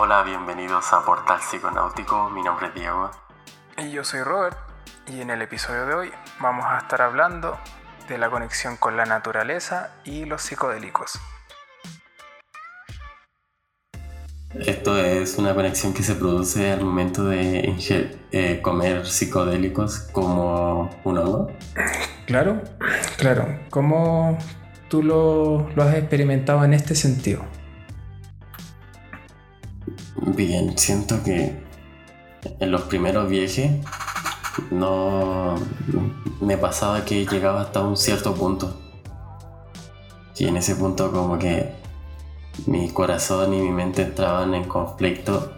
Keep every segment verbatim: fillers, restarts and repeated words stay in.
Hola, bienvenidos a Portal Psiconáutico, mi nombre es Diego. Y yo soy Robert, y en el episodio de hoy vamos a estar hablando de la conexión con la naturaleza y los psicodélicos. Esto es una conexión que se produce al momento de inger- eh, comer psicodélicos como un hongo. Claro, claro. ¿Cómo tú lo, lo has experimentado en este sentido? Bien, siento que en los primeros viajes no me pasaba que llegaba hasta un cierto punto. Y en ese punto como que mi corazón y mi mente entraban en conflicto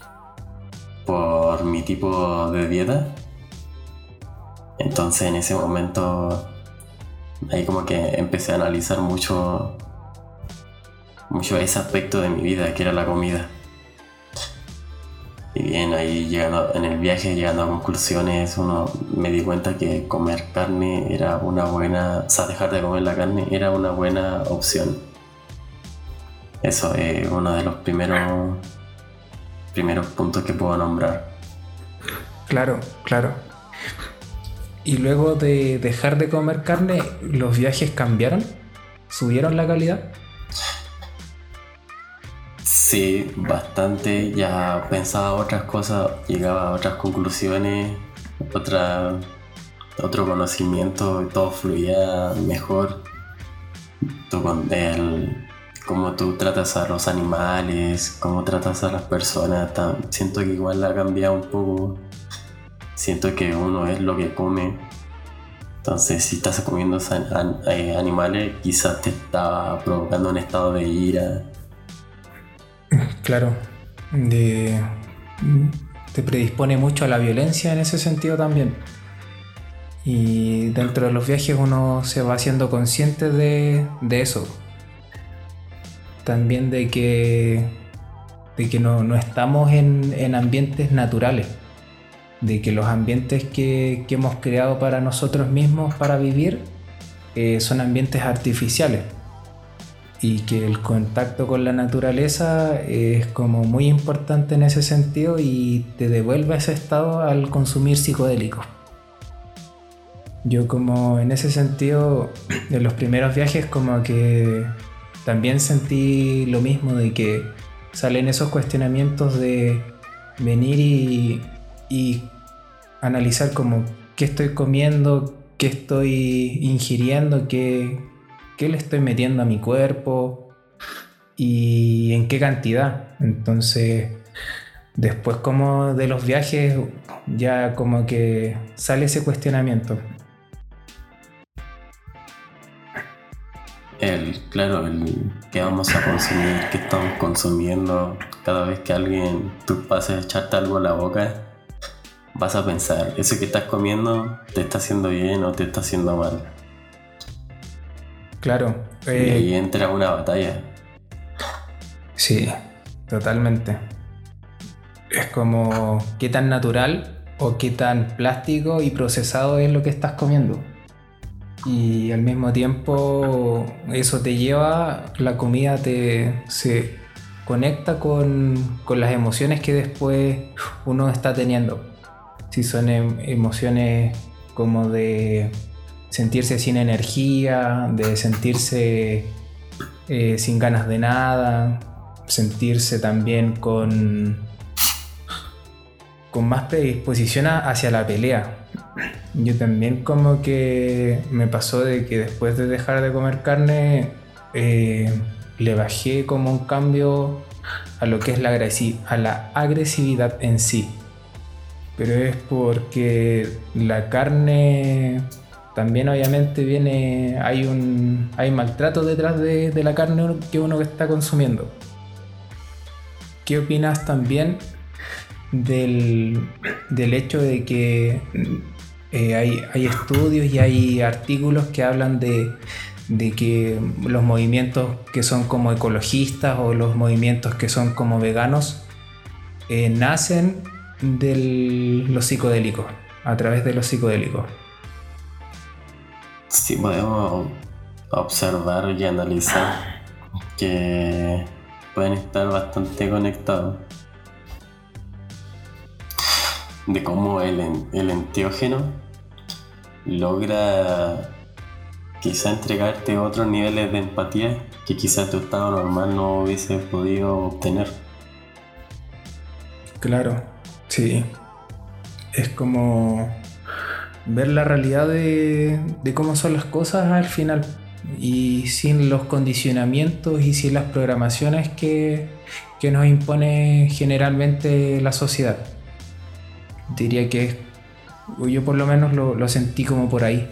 por mi tipo de dieta. Entonces en ese momento ahí como que empecé a analizar mucho mucho ese aspecto de mi vida, que era la comida. Y bien, ahí llegando en el viaje, llegando a conclusiones, uno me di cuenta que comer carne era una buena, o sea, dejar de comer la carne era una buena opción. Eso es uno de los primeros primeros puntos que puedo nombrar. Claro, claro. Y luego de dejar de comer carne, ¿los viajes cambiaron? ¿Subieron la calidad? Sí, bastante. Ya pensaba otras cosas, llegaba a otras conclusiones, otra, otro conocimiento, todo fluía mejor. Tú con el, cómo tú tratas a los animales, cómo tratas a las personas, tam- siento que igual ha cambiado un poco. Siento que uno es lo que come. Entonces, si estás comiendo san- an- eh, animales, quizás te está provocando un estado de ira. Claro. De, te predispone mucho a la violencia en ese sentido también. Y dentro de los viajes uno se va haciendo consciente de, de eso. También de que, de que no, no estamos en, en ambientes naturales. De que los ambientes que, que hemos creado para nosotros mismos para vivir eh, son ambientes artificiales. Y que el contacto con la naturaleza es como muy importante en ese sentido y te devuelve ese estado al consumir psicodélicos. Yo como en ese sentido, en los primeros viajes como que también sentí lo mismo, de que salen esos cuestionamientos de venir y, y analizar como qué estoy comiendo, qué estoy ingiriendo, qué, qué le estoy metiendo a mi cuerpo y en qué cantidad. Entonces, después como de los viajes ya como que sale ese cuestionamiento. El, claro, el que vamos a consumir, que estamos consumiendo, cada vez que alguien tú pases a echarte algo a la boca, vas a pensar, ¿eso que estás comiendo te está haciendo bien o te está haciendo mal? Claro. Y Eh, ahí entra una batalla. sí, totalmente. Es como qué tan natural o qué tan plástico y procesado es lo que estás comiendo. Y al mismo tiempo eso te lleva, la comida te se conecta con, con las emociones que después uno está teniendo. Si son em- emociones como de sentirse sin energía, de sentirse eh, sin ganas de nada, sentirse también con, con más predisposición a- hacia la pelea. Yo también como que me pasó de que después de dejar de comer carne eh, le bajé como un cambio a lo que es la, agresi- a la agresividad en sí. Pero es porque la carne también obviamente viene, hay un hay maltrato detrás de, de la carne que uno está consumiendo. ¿Qué opinas también del, del hecho de que eh, hay, hay estudios y hay artículos que hablan de, de que los movimientos que son como ecologistas o los movimientos que son como veganos eh, nacen de los psicodélicos, a través de los psicodélicos? Sí, podemos observar y analizar que pueden estar bastante conectados. De cómo el, el enteógeno logra quizá entregarte otros niveles de empatía que quizá tu estado normal no hubiese podido obtener. Claro, sí. Es como ver la realidad de, de cómo son las cosas al final, y sin los condicionamientos y sin las programaciones que, que nos impone generalmente la sociedad. Diría que es, yo por lo menos lo, lo sentí como por ahí.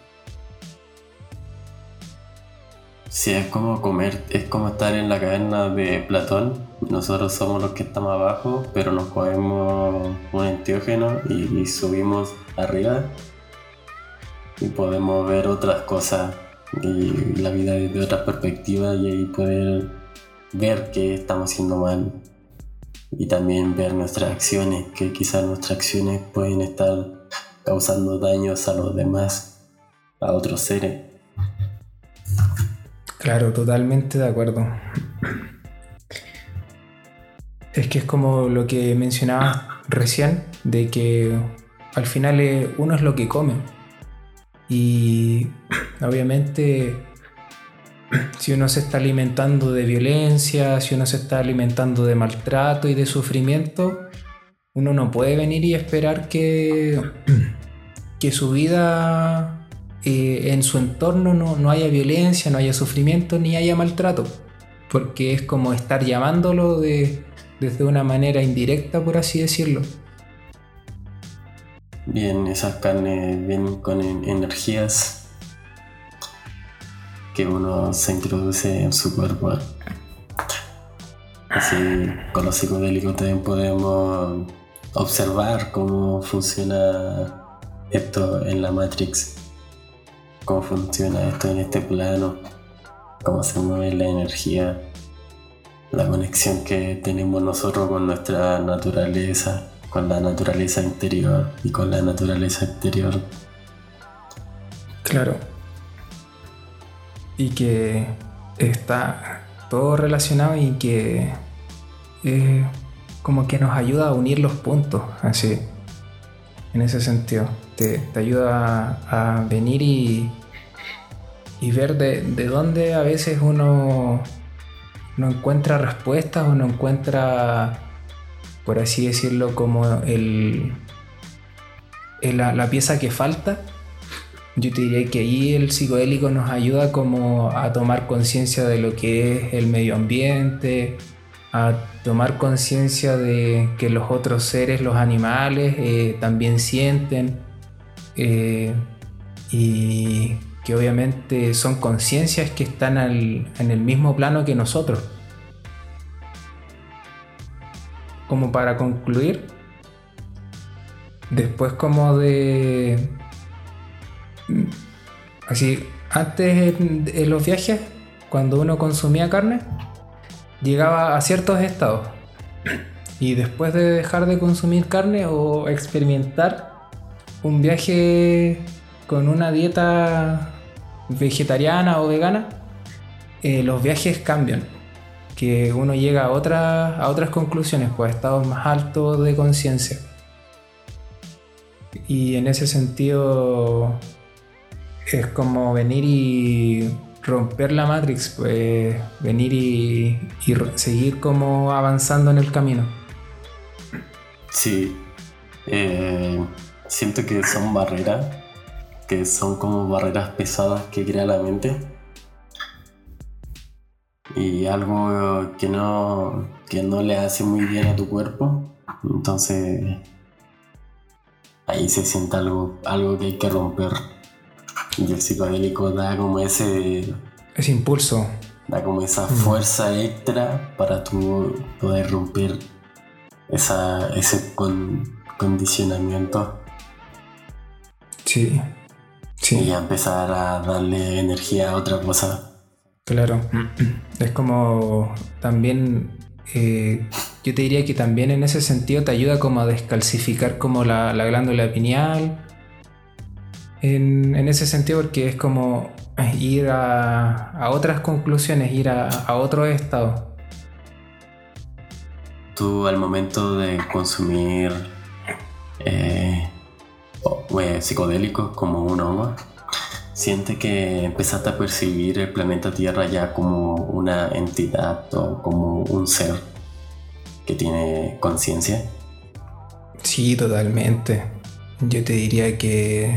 Sí, es como comer, es como estar en la caverna de Platón. Nosotros somos los que estamos abajo, pero nos comemos un enteógeno y, y subimos arriba y podemos ver otras cosas y la vida desde otras perspectivas, y ahí poder ver qué estamos haciendo mal y también ver nuestras acciones, que quizás nuestras acciones pueden estar causando daños a los demás, a otros seres. Claro, totalmente de acuerdo. Es que es como lo que mencionabas recién, de que al final uno es lo que come. Y obviamente si uno se está alimentando de violencia, si uno se está alimentando de maltrato y de sufrimiento, uno no puede venir y esperar que, que su vida, eh, en su entorno no, no haya violencia, no haya sufrimiento ni haya maltrato, porque es como estar llamándolo de, desde una manera indirecta, por así decirlo. Bien, esas carnes vienen con en- energías que uno se introduce en su cuerpo. Así, con los psicodélicos también podemos observar cómo funciona esto en la Matrix, cómo funciona esto en este plano, cómo se mueve la energía, la conexión que tenemos nosotros con nuestra naturaleza, con la naturaleza interior y con la naturaleza exterior. Claro. Y que está todo relacionado y que eh, como que nos ayuda a unir los puntos, así, en ese sentido. Te, te ayuda a, a venir y, y ver de, de dónde a veces uno no encuentra respuestas o no encuentra, por así decirlo, como el, el- la, la pieza que falta. Yo te diría que ahí el psicodélico nos ayuda como a tomar conciencia de lo que es el medio ambiente, a tomar conciencia de que los otros seres, los animales, eh, también sienten, eh, y que obviamente son conciencias que están al- en el mismo plano que nosotros. Como para concluir, después como de... Así, antes en, en los viajes, cuando uno consumía carne, llegaba a ciertos estados. Y después de dejar de consumir carne o experimentar un viaje con una dieta vegetariana o vegana, eh, los viajes cambian. Que uno llega a, otra, a otras conclusiones, pues a estados más altos de conciencia. Y en ese sentido es como venir y romper la Matrix, pues venir y, y ro- seguir como avanzando en el camino. Sí, eh, siento que son barreras, que son como barreras pesadas que crea la mente, y algo que no, que no le hace muy bien a tu cuerpo. Entonces ahí se siente algo, algo que hay que romper, y el psicodélico da como ese, Ese impulso. da como esa Mm. fuerza extra para tú poder romper esa, ese con- condicionamiento Sí, y sí, ya empezar a darle energía a otra cosa. claro. Es como también, eh, yo te diría que también en ese sentido te ayuda como a descalcificar como la, la glándula pineal. En, en ese sentido, porque es como ir a, a otras conclusiones, ir a, a otros estados. tú al momento de consumir eh, oh, eh, psicodélicos como un hongo, sientes que empezaste a percibir el planeta Tierra ya como una entidad o como un ser que tiene conciencia? Sí, totalmente. Yo te diría que,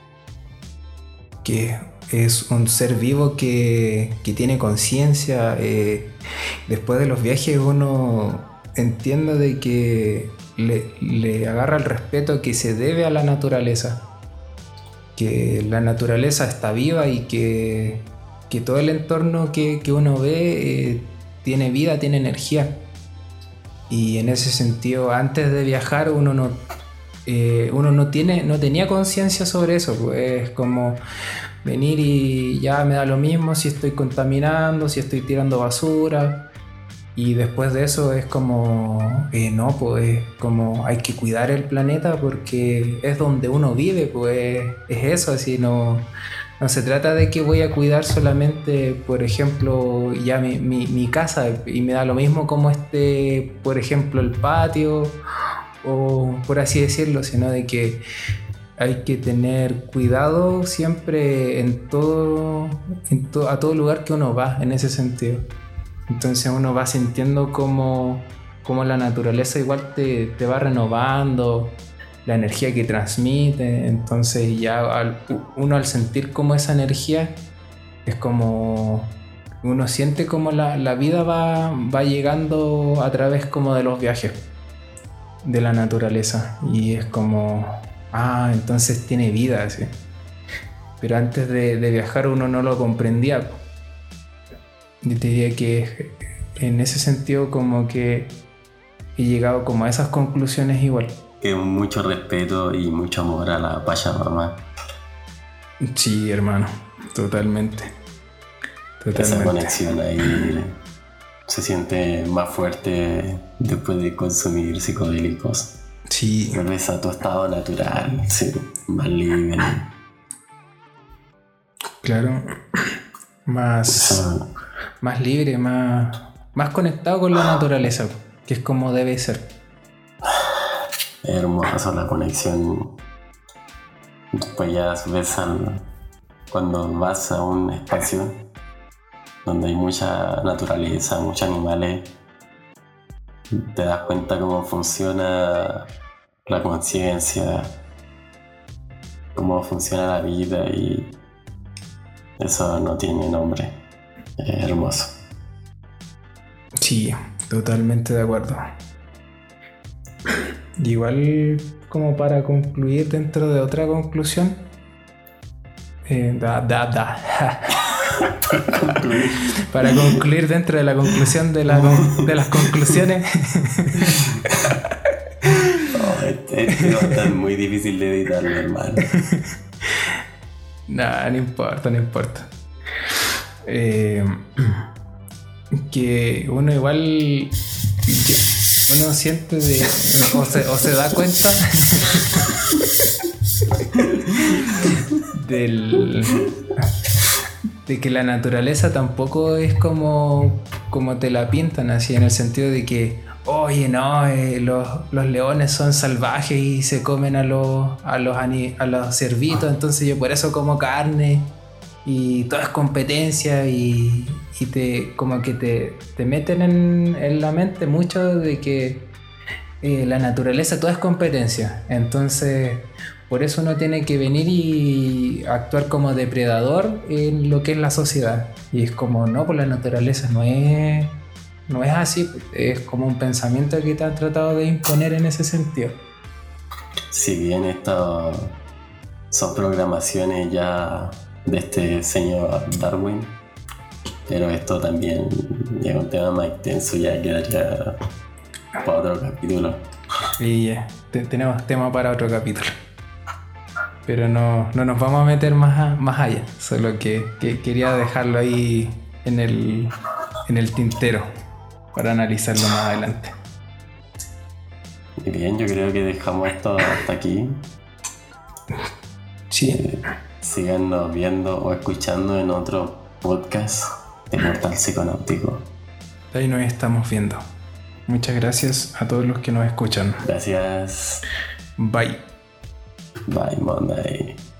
que es un ser vivo que, que tiene conciencia. Eh, después de los viajes uno entiende de que le, le agarra el respeto que se debe a la naturaleza. Que la naturaleza está viva y que, que todo el entorno que, que uno ve eh, tiene vida, tiene energía. Y en ese sentido, antes de viajar, uno no, eh, uno no, tiene, no tenía conciencia sobre eso. Pues es como venir y ya me da lo mismo si estoy contaminando, si estoy tirando basura. Y después de eso es como, eh, no, pues como hay que cuidar el planeta porque es donde uno vive, pues es eso, así no... No se trata de que voy a cuidar solamente, por ejemplo, ya mi, mi, mi casa y me da lo mismo como esté, por ejemplo, el patio o por así decirlo, sino de que hay que tener cuidado siempre en todo, en to, a todo lugar que uno va en ese sentido. Entonces uno va sintiendo como, como la naturaleza igual te, te va renovando, la energía que transmite. Entonces ya al, uno al sentir como esa energía es como uno siente como la, la vida va, va llegando a través como de los viajes de la naturaleza y es como ah, entonces tiene vida, ¿sí? Pero antes de, de viajar uno no lo comprendía. Yo te diría que en ese sentido como que he llegado como a esas conclusiones igual. Que mucho respeto y mucho amor a la Pachamama. Sí, hermano, totalmente. Totalmente. Esa conexión ahí se siente más fuerte después de consumir psicodélicos. Sí. Vuelves a tu estado natural, sí, más libre. Claro. Más, Eso. más libre, más, más conectado con la naturaleza, que es como debe ser. Es hermosa la conexión. Pues ya ves al, cuando vas a un espacio donde hay mucha naturaleza, muchos animales, te das cuenta cómo funciona la conciencia, cómo funciona la vida, y eso no tiene nombre. Es hermoso. Sí, totalmente de acuerdo. Igual como para concluir dentro de otra conclusión, eh, da, da, da. Para concluir dentro de la conclusión de, la, de las conclusiones. Oh, este, este va a estar muy difícil de editarlo, hermano. Nah, no importa, no importa. Eh, que uno igual... Uno siente de... O se, o se da cuenta... del... de que la naturaleza tampoco es como... como te la pintan, así, en el sentido de que... Oye, no, eh, los, los leones son salvajes y se comen a los, a los, ani, a los ciervitos, entonces yo por eso como carne... y todo es competencia y, y te como que te, te meten en, en la mente mucho de que eh, la naturaleza todo es competencia, entonces por eso uno tiene que venir y actuar como depredador en lo que es la sociedad, y es como no, pues la naturaleza no es no es así, es como un pensamiento que te han tratado de imponer en ese sentido. Si bien esto son programaciones ya de este señor Darwin, pero esto también es un tema más extenso, ya quedaría para otro capítulo. Y ya, te, tenemos tema para otro capítulo, pero no, no nos vamos a meter más, a, más allá, solo que, que quería dejarlo ahí en el, en el tintero para analizarlo más adelante. Y bien, yo creo que dejamos esto hasta aquí. Sí. Eh, síganos viendo o escuchando en otro podcast de Portal Psiconáutico. Ahí nos estamos viendo. Muchas gracias a todos los que nos escuchan. Gracias. Bye. Bye, Monday.